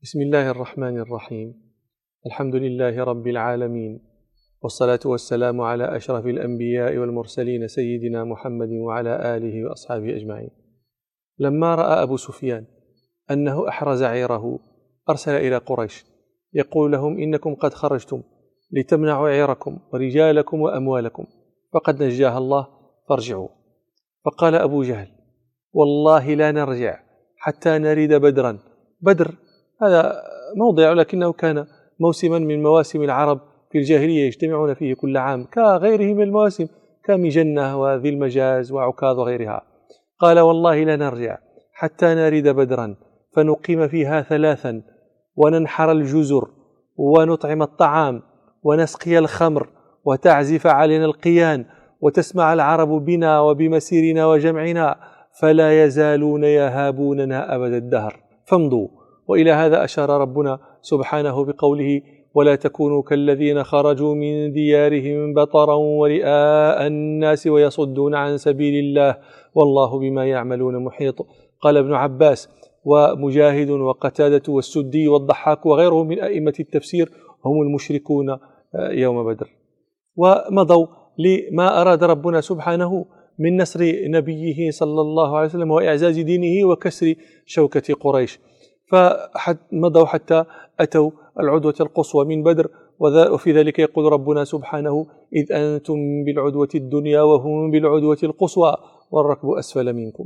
بسم الله الرحمن الرحيم. الحمد لله رب العالمين، والصلاة والسلام على أشرف الأنبياء والمرسلين سيدنا محمد وعلى آله وأصحابه أجمعين. لما رأى أبو سفيان أنه أحرز عيره أرسل إلى قريش يقول لهم: إنكم قد خرجتم لتمنعوا عيركم ورجالكم وأموالكم، فقد نجاها الله فارجعوا. فقال أبو جهل: والله لا نرجع حتى نريد بدرا. بدر هذا موضع، لكنه كان موسما من مواسم العرب في الجاهلية يجتمعون فيه كل عام كغيره من المواسم كمجنة وذي المجاز وعكاظ وغيرها. قال: والله لا نرجع حتى نريد بدرا فنقيم فيها 3 وننحر الجزر ونطعم الطعام ونسقي الخمر وتعزف علينا القيان وتسمع العرب بنا وبمسيرنا وجمعنا، فلا يزالون يهابوننا أبد الدهر، فامضوا. وإلى هذا أشار ربنا سبحانه بقوله: ولا تكونوا كالذين خرجوا من ديارهم بطرا ورئاء الناس ويصدون عن سبيل الله والله بما يعملون محيط. قال ابن عباس ومجاهد وقتادة والسدي والضحاك وغيرهم من أئمة التفسير هم المشركون يوم بدر، ومضوا لما أراد ربنا سبحانه من نصر نبيه صلى الله عليه وسلم وإعزاز دينه وكسر شوكة قريش، فمضوا حتى أتوا العدوة القصوى من بدر. وفي ذلك يقول ربنا سبحانه: إذ أنتم بالعدوة الدنيا وهم بالعدوة القصوى والركب أسفل منكم.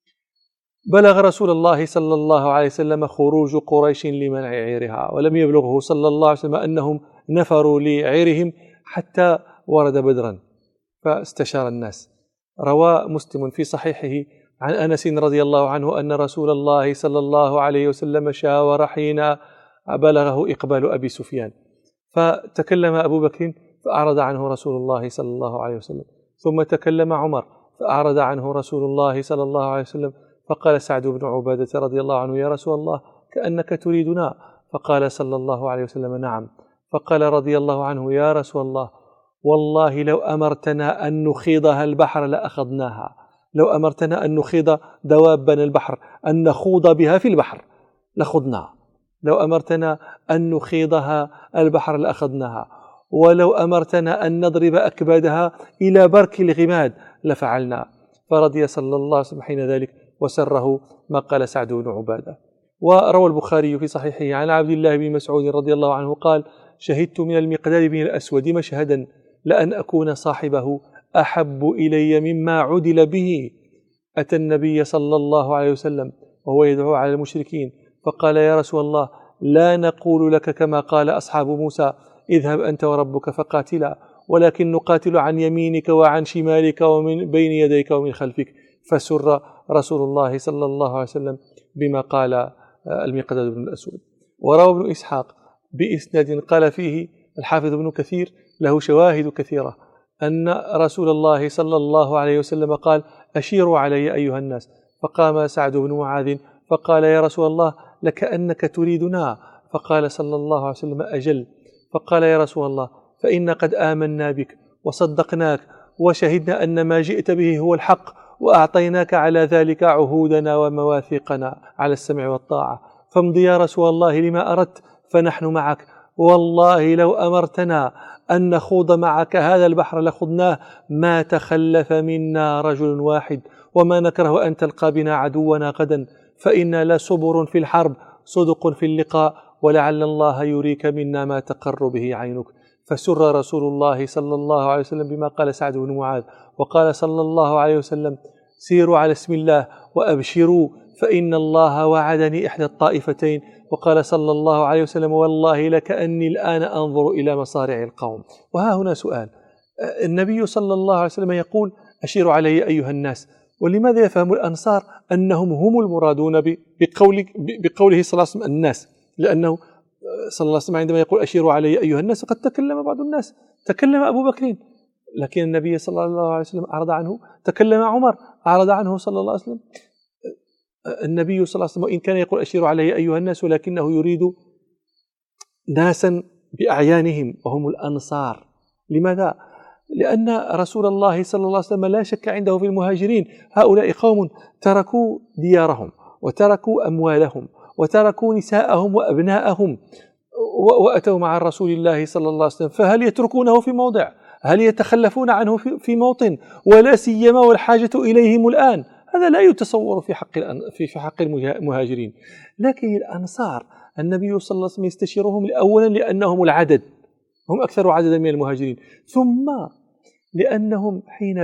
بلغ رسول الله صلى الله عليه وسلم خروج قريش لمنع عيرها، ولم يبلغه صلى الله عليه وسلم أنهم نفروا لعيرهم حتى ورد بدرا فاستشار الناس. روى مسلم في صحيحه عن أنس رضي الله عنه أن رسول الله صلى الله عليه وسلم شاور حين بلغه إقبال أبي سفيان، فتكلم أبو بكر فأعرض عنه رسول الله صلى الله عليه وسلم، ثم تكلم عمر فأعرض عنه رسول الله صلى الله عليه وسلم، فقال سعد بن عبادة رضي الله عنه: يا رسول الله كأنك تريدنا. فقال صلى الله عليه وسلم: نعم. فقال رضي الله عنه: يا رسول الله والله لو أمرتنا أن نخيضها البحر لأخذناها، لو أمرتنا أن نخيض دوابنا البحر أن نخوض بها في البحر لخضنا، لو أمرتنا أن نخيضها البحر لأخذناها، ولو أمرتنا أن نضرب أكبادها إلى برك الغماد لفعلنا. فرضي صلى الله عليه وسلم حين ذلك وسره ما قال سعد بن عبادة. وروى البخاري في صحيحه عن عبد الله بن مسعود رضي الله عنه قال: شهدت من المقداد بن الأسود مشهدا لأن أكون صاحبه أحب إلي مما عدل به. أتى النبي صلى الله عليه وسلم وهو يدعو على المشركين فقال: يا رسول الله لا نقول لك كما قال أصحاب موسى: اذهب أنت وربك فقاتلا، ولكن نقاتل عن يمينك وعن شمالك ومن بين يديك ومن خلفك. فسر رسول الله صلى الله عليه وسلم بما قال المقداد بن الأسود. وروى ابن إسحاق بإسناد قال فيه الحافظ ابن كثير له شواهد كثيرة أن رسول الله صلى الله عليه وسلم قال: أشيروا علي أيها الناس. فقام سعد بن معاذ فقال: يا رسول الله لكأنك تريدنا. فقال صلى الله عليه وسلم: أجل. فقال: يا رسول الله فإن قد آمنا بك وصدقناك وشهدنا أن ما جئت به هو الحق، وأعطيناك على ذلك عهودنا ومواثيقنا على السمع والطاعة، فامضي يا رسول الله لما أردت فنحن معك، والله لو أمرتنا أن نخوض معك هذا البحر لخضناه، ما تخلف منا رجل واحد، وما نكره أن تلقى بنا عدونا غدا، فإنا لصبر في الحرب صدق في اللقاء، ولعل الله يريك منا ما تقر به عينك. فسر رسول الله صلى الله عليه وسلم بما قال سعد بن معاذ، وقال صلى الله عليه وسلم: سيروا على اسم الله وأبشروا فإن الله وعدني إحدى الطائفتين. وقال صلى الله عليه وسلم: والله لكأني الآن أنظر إلى مصارع القوم. وها هنا سؤال: النبي صلى الله عليه وسلم يقول: أشيروا علي أيها الناس، ولماذا يفهم الأنصار أنهم هم المرادون بقوله صلى الله عليه وسلم الناس؟ لأنه صلى الله عليه وسلم عندما يقول أشيروا علي أيها الناس قد تكلم بعض الناس، تكلم أبو بكر لكن النبي صلى الله عليه وسلم أعرض عنه، تكلم عمر أعرض عنه صلى الله عليه وسلم. النبي صلى الله عليه وسلم وإن كان يقول أشيروا علي أيها الناس ولكنه يريد ناسا بأعيانهم وهم الأنصار. لماذا؟ لأن رسول الله صلى الله عليه وسلم لا شك عنده في المهاجرين هؤلاء قوم تركوا ديارهم وتركوا أموالهم وتركوا نساءهم وأبناءهم وأتوا مع رسول الله صلى الله عليه وسلم، فهل يتركونه في موضع؟ هل يتخلفون عنه في موطن؟ ولا سيما والحاجة إليهم الآن. هذا لا يتصور في حق المهاجرين. لكن الأنصار النبي صلى الله عليه وسلم يستشيرهم أولا لأنهم العدد، هم أكثر عددا من المهاجرين، ثم لأنهم حين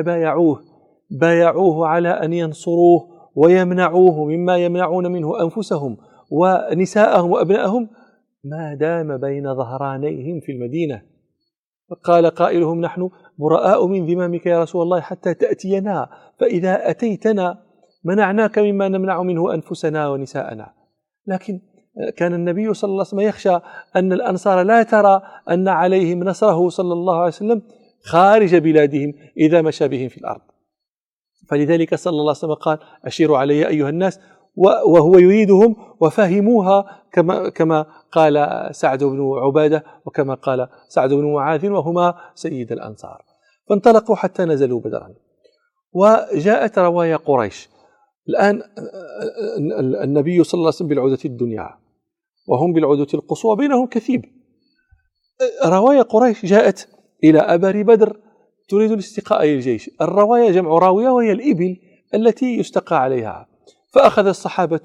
بايعوه على أن ينصروه ويمنعوه مما يمنعون منه أنفسهم ونساءهم وأبنائهم ما دام بين ظهرانيهم في المدينة. قال قائلهم: نحن براء من ذمامك يا رسول الله حتى تأتينا، فإذا أتيتنا منعناك مما نمنع منه أنفسنا ونساءنا. لكن كان النبي صلى الله عليه وسلم يخشى أن الأنصار لا ترى أن عليهم نصره صلى الله عليه وسلم خارج بلادهم إذا مشى بهم في الأرض، فلذلك صلى الله عليه وسلم قال: أشيروا علي أيها الناس، وهو يريدهم وفهموها كما قال سعد بن عبادة وكما قال سعد بن معاذ وهما سيد الأنصار. فانطلقوا حتى نزلوا بدرا، وجاءت روايا قريش. الآن النبي صلى الله عليه وسلم بالعودة الدنيا وهم بالعودة القصوى، بينهم كثيب. روايا قريش جاءت إلى أبر بدر تريد الاستقاء للجيش. الروايا جمع راوية وهي الإبل التي يستقى عليها. فأخذ الصحابة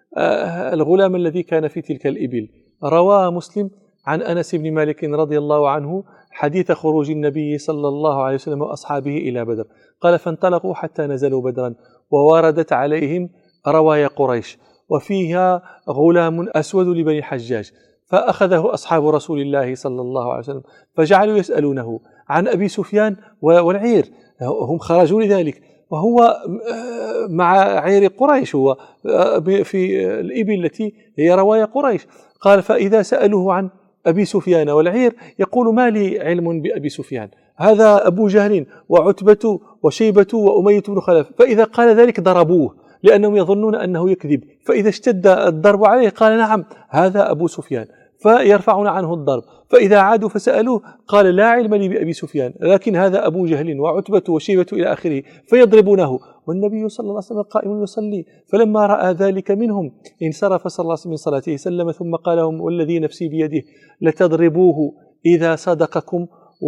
الغلام الذي كان في تلك الإبل. روى مسلم عن أنس بن مالك رضي الله عنه حديث خروج النبي صلى الله عليه وسلم وأصحابه إلى بدر، قال: فانطلقوا حتى نزلوا بدرا ووردت عليهم روايا قريش وفيها غلام أسود لبني الحجاج، فأخذه أصحاب رسول الله صلى الله عليه وسلم فجعلوا يسألونه عن أبي سفيان والعير، هم خرجوا لذلك وهو مع عير قريش، هو في الإبل التي هي روايا قريش. قال: فإذا سألوه عن أبي سفيان والعير يقول: ما لي علم بأبي سفيان، هذا أبو جهل وعتبة وشيبة وأمية بن خلف. فإذا قال ذلك ضربوه لأنهم يظنون أنه يكذب، فإذا اشتد الضرب عليه قال: نعم هذا أبو سفيان، فيرفعون عنه الضرب. فإذا عادوا فسألوه قال: لا علم لي بأبي سفيان، لكن هذا أبو جهل وعتبة وشيبة إلى آخره، فيضربونه والنبي صلى الله عليه وسلم قائم يصلي. فلما رأى ذلك منهم انصرف صلى الله عليه وسلم من صلاته سلم ثم قال لهم: والذي نفسي بيده لتضربوه إذا صدقكم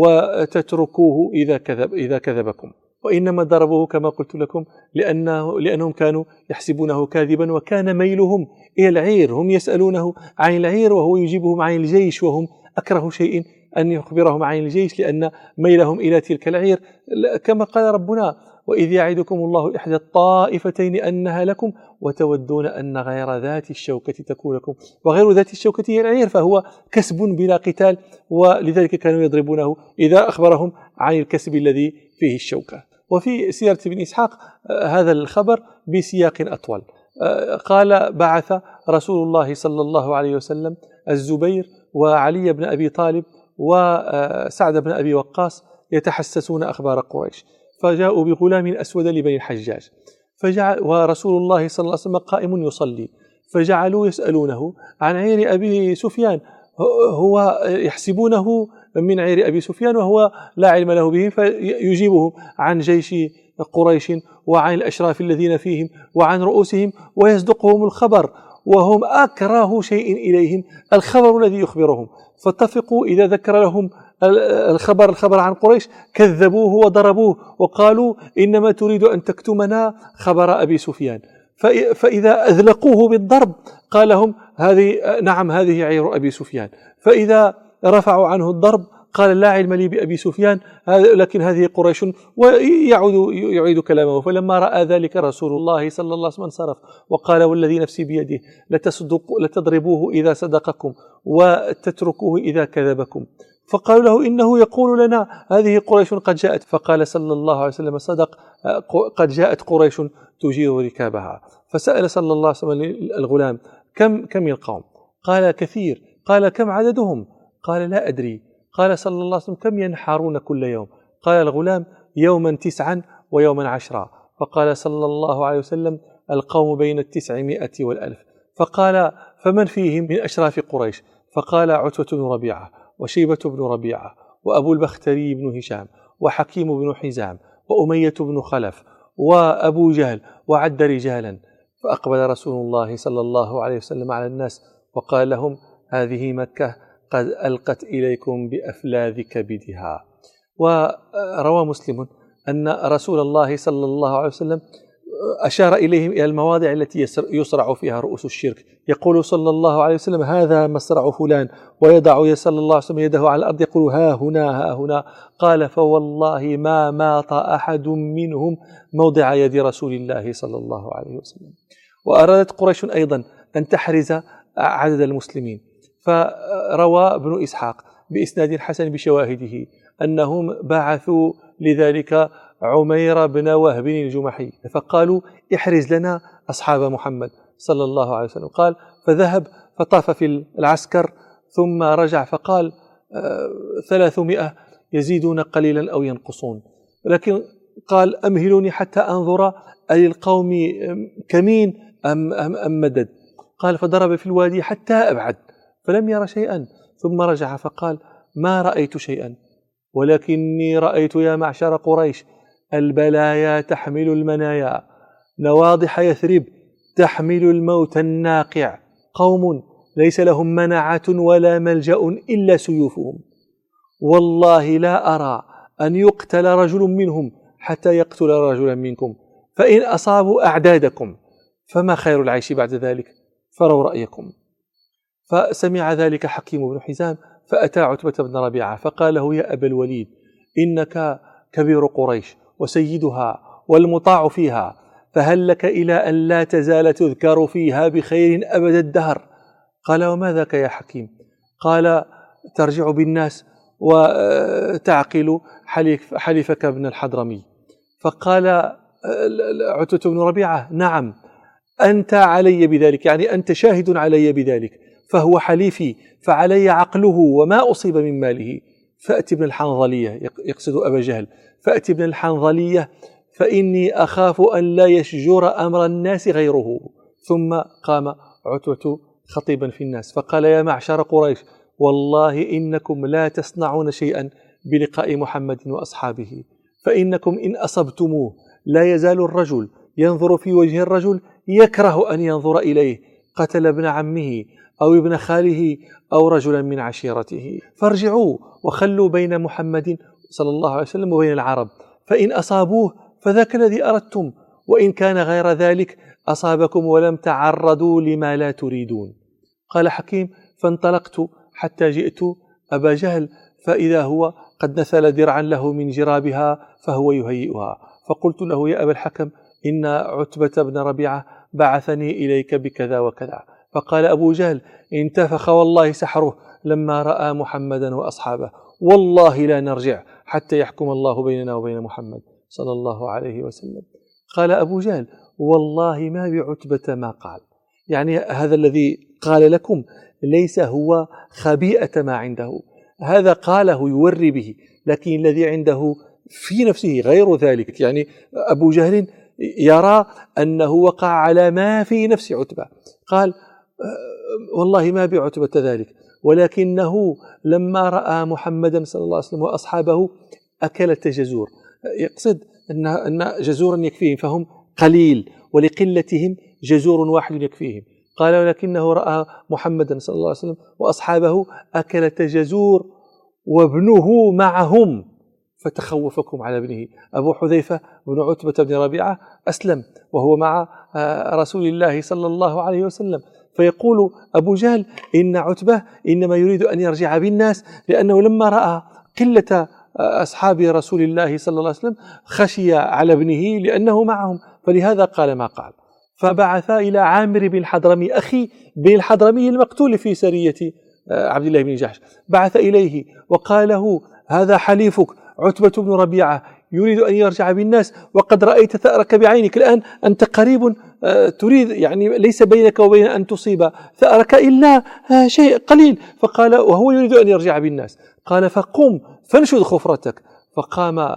وتتركوه إذا كذبكم. وإنما ضربوه كما قلت لكم لأنهم كانوا يحسبونه كاذبا، وكان ميلهم إلى العير، هم يسألونه عن العير وهو يجيبهم عن الجيش، وهم أكره شيء أن يخبرهم عن الجيش لأن ميلهم إلى تلك العير. كما قال ربنا: وإذ يعدكم الله إحدى الطائفتين أنها لكم وتودون أن غير ذات الشوكة تكون لكم. وغير ذات الشوكة هي العير، فهو كسب بلا قتال، ولذلك كانوا يضربونه إذا أخبرهم عن الكسب الذي فيه الشوكة. وفي سيرة ابن إسحاق هذا الخبر بسياق أطول. قال: بعث رسول الله صلى الله عليه وسلم الزبير وعلي بن أبي طالب وسعد بن أبي وقاص يتحسسون أخبار قريش، فجاءوا بغلام أسود لبني الحجاج، ورسول الله صلى الله عليه وسلم قائم يصلي، فجعلوا يسألونه عن عير أبي سفيان، هو يحسبونه من عير أبي سفيان وهو لا علم له به، فيجيبهم عن جيش قريش وعن الأشراف الذين فيهم وعن رؤوسهم ويصدقهم الخبر، وهم أكره شيء إليهم الخبر الذي يخبرهم، فاتفقوا إذا ذكر لهم الخبر عن قريش كذبوه وضربوه وقالوا: إنما تريد أن تكتمنا خبر أبي سفيان. فإذا أذلقوه بالضرب قال لهم: نعم هذه عير أبي سفيان. فإذا رفعوا عنه الضرب قال: لا علم لي بأبي سفيان، لكن هذه قريش، ويعيد كلامه. فلما رأى ذلك رسول الله صلى الله عليه وسلم انصرف وقال: والذي نفسي بيده لتضربوه إذا صدقكم وتتركوه إذا كذبكم. فقالوا له: إنه يقول لنا هذه قريش قد جاءت. فقال صلى الله عليه وسلم: صدق، قد جاءت قريش تجير ركابها. فسأل صلى الله عليه وسلم الغلام: كم القوم؟ قال: كثير. قال: كم عددهم؟ قال: لا أدري. قال صلى الله عليه وسلم: كم ينحرون كل يوم؟ قال الغلام: يوما 9 ويوما 10. فقال صلى الله عليه وسلم: القوم بين 900 و1000. فقال: فمن فيهم من أشراف قريش؟ فقال: عتبة بن ربيعة وشيبة بن ربيعة وأبو البختري بن هشام وحكيم بن حزام وأمية بن خلف وأبو جهل، وعد رجالا. فأقبل رسول الله صلى الله عليه وسلم على الناس وقال لهم: هذه مكة قد ألقت إليكم بأفلاذ كبدها. وروى مسلم أن رسول الله صلى الله عليه وسلم أشار إليهم إلى المواضع التي يصرع فيها رؤوس الشرك، يقول صلى الله عليه وسلم: هذا مصرع فلان، ويضع صلى الله عليه وسلم يده على الأرض يقول: ها هنا ها هنا. قال: فوالله ما مات أحد منهم موضع يد رسول الله صلى الله عليه وسلم. وأرادت قريش أيضا أن تحرز عدد المسلمين، فروى ابن إسحاق بإسناد حسن بشواهده أنهم بعثوا لذلك عمير بن وهب الجمحي، فقالوا: احرز لنا أصحاب محمد صلى الله عليه وسلم. قال: فذهب فطاف في العسكر ثم رجع فقال: 300 يزيدون قليلا أو ينقصون، ولكن قال: أمهلوني حتى أنظر أللقوم كمين أم مدد. قال: فضرب في الوادي حتى أبعد فلم ير شيئا، ثم رجع فقال: ما رأيت شيئا، ولكني رأيت يا معشر قريش البلايا تحمل المنايا، نواضح يثرب تحمل الموت الناقع، قوم ليس لهم منعة ولا ملجأ إلا سيوفهم، والله لا أرى أن يقتل رجل منهم حتى يقتل رجلا منكم، فإن أصابوا أعدادكم فما خير العيش بعد ذلك، فروا رأيكم. فسمع ذلك حكيم بن حزام فأتى عتبة بن ربيعة فقال له: يا أبا الوليد، إنك كبير قريش وسيدها والمطاع فيها، فهل لك إلى أن لا تزال تذكر فيها بخير أبد الدهر؟ قال: وما ذاك يا حكيم؟ قال: ترجع بالناس وتعقل حليفك ابن الحضرمي. فقال عتبة بن ربيعة: نعم، أنت علي بذلك، يعني أنت شاهد علي بذلك، فهو حليفي فعلي عقله وما أصيب من ماله. فأت ابن الحنظلية، يقصد أبا جهل، فأت ابن الحنظلية فإني أخاف أن لا يشجر أمر الناس غيره. ثم قام عتبة خطيبا في الناس فقال: يا معشر قريش، والله إنكم لا تصنعون شيئا بلقاء محمد وأصحابه، فإنكم إن أصبتموه لا يزال الرجل ينظر في وجه الرجل يكره أن ينظر إليه، قتل ابن عمه أو ابن خاله أو رجلا من عشيرته، فارجعوا وخلوا بين محمد صلى الله عليه وسلم وبين العرب، فإن أصابوه فذاك الذي أردتم، وإن كان غير ذلك أصابكم ولم تعرضوا لما لا تريدون. قال حكيم: فانطلقت حتى جئت أبا جهل فإذا هو قد نثل درعا له من جرابها فهو يهيئها، فقلت له: يا أبا الحكم، إن عتبة بن ربيعة بعثني إليك بكذا وكذا. فقال أبو جهل: انتفخ والله سحره لما رأى محمدا وأصحابه، والله لا نرجع حتى يحكم الله بيننا وبين محمد صلى الله عليه وسلم. قال أبو جهل: والله ما بعتبة ما قال، يعني هذا الذي قال لكم ليس هو خبيئة ما عنده، هذا قاله يوري به، لكن الذي عنده في نفسه غير ذلك. يعني أبو جهل يرى أنه وقع على ما في نفس عتبة. قال: والله ما بعتبة ذلك، ولكنه لما رأى محمدا صلى الله عليه وسلم وأصحابه أكل التجزور، يقصد أن جزورا يكفيهم، فهم قليل ولقلتهم جزور واحد يكفيهم. قال: ولكنه رأى محمدا صلى الله عليه وسلم وأصحابه أكل التجزور وابنه معهم فتخوفكم على ابنه. أبو حذيفة بن عتبة بن ربيعة أسلم وهو مع رسول الله صلى الله عليه وسلم، فيقول أبو جهل: إن عتبة إنما يريد أن يرجع بالناس، لأنه لما رأى قلة أصحاب رسول الله صلى الله عليه وسلم خشي على ابنه لأنه معهم، فلهذا قال ما قال. فبعث إلى عامر بن الحضرمي أخي بن الحضرمي المقتول في سرية عبد الله بن جحش، بعث إليه وقال له: هذا حليفك عتبة بن ربيعة يريد أن يرجع بالناس، وقد رأيت ثأرك بعينك، الآن أنت قريب تريد، يعني ليس بينك وبين أن تصيب ثأرك إلا شيء قليل. فقال وهو يريد أن يرجع بالناس، قال: فقم فانشد خفرتك. فقام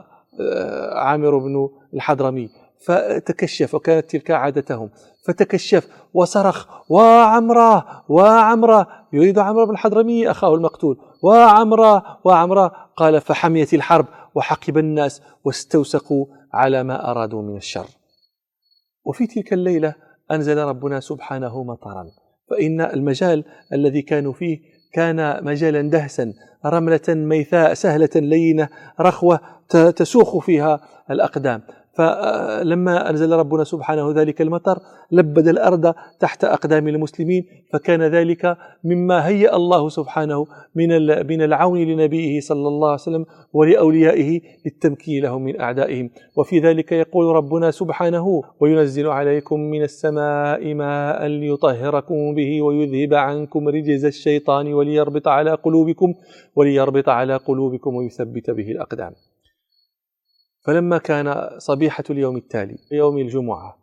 عامر بن الحضرمي فتكشف، وكانت تلك عادتهم، فتكشف وصرخ: وعمرة وعمرة، يريد عمرو بن الحضرمي أخاه المقتول، وعمرة وعمرة. قال: فحميت الحرب وحقب الناس واستوسقوا على ما أرادوا من الشر. وفي تلك الليلة أنزل ربنا سبحانه مطرا، فإن المجال الذي كانوا فيه كان مجالا دهسا، رملة ميثاء سهلة لينة رخوة تسوخ فيها الأقدام. فلما أنزل ربنا سبحانه ذلك المطر لبد الأرض تحت أقدام المسلمين، فكان ذلك مما هيأ الله سبحانه من العون لنبيه صلى الله عليه وسلم ولأوليائه للتمكين لهم من أعدائهم. وفي ذلك يقول ربنا سبحانه: وينزل عليكم من السماء ماء ليطهركم به ويذهب عنكم رجز الشيطان وليربط على قلوبكم ويثبت به الأقدام. فلما كان صبيحة اليوم التالي يوم الجمعة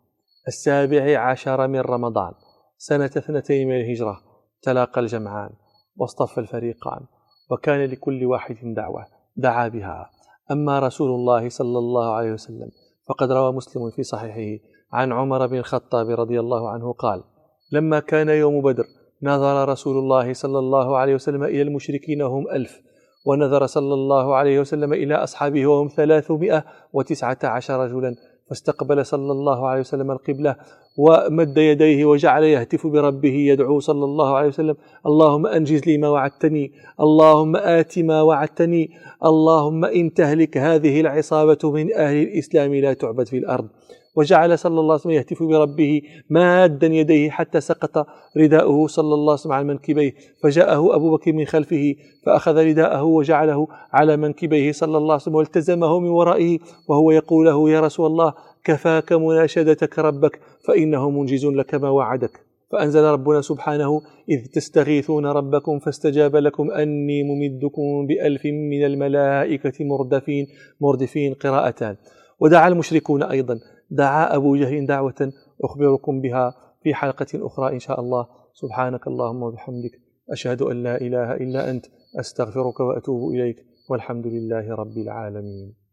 17 من رمضان سنة 2 من الهجرة، تلاقى الجمعان واصطف الفريقان، وكان لكل واحد دعوة دعا بها. أما رسول الله صلى الله عليه وسلم فقد روى مسلم في صحيحه عن عمر بن الخطاب رضي الله عنه قال: لما كان يوم بدر نظر رسول الله صلى الله عليه وسلم إلى المشركين هم 1000، ونظر صلى الله عليه وسلم إلى أصحابه وهم 319 رجلا، فاستقبل صلى الله عليه وسلم القبلة ومد يديه وجعل يهتف بربه يدعو صلى الله عليه وسلم: اللهم أنجز لي ما وعدتني، اللهم آت ما وعدتني، اللهم إن تهلك هذه العصابة من أهل الإسلام لا تعبد في الأرض. وجعل صلى الله عليه وسلم يهتف بربه مادا يديه حتى سقط رداؤه صلى الله عليه وسلم على منكبيه، فجاءه أبو بكر من خلفه فأخذ رداءه وجعله على منكبيه صلى الله عليه وسلم والتزمه من ورائه وهو يقول له: يا رسول الله كفاك مناشدتك ربك فإنه منجز لك ما وعدك. فأنزل ربنا سبحانه: إذ تستغيثون ربكم فاستجاب لكم أني ممدكم ب1000 من الملائكة مردفين قراءتان. ودعا المشركون أيضا، دعا أبو جهل دعوة أخبركم بها في حلقة أخرى إن شاء الله. سبحانك اللهم وبحمدك، أشهد أن لا إله إلا أنت، أستغفرك وأتوب إليك، والحمد لله رب العالمين.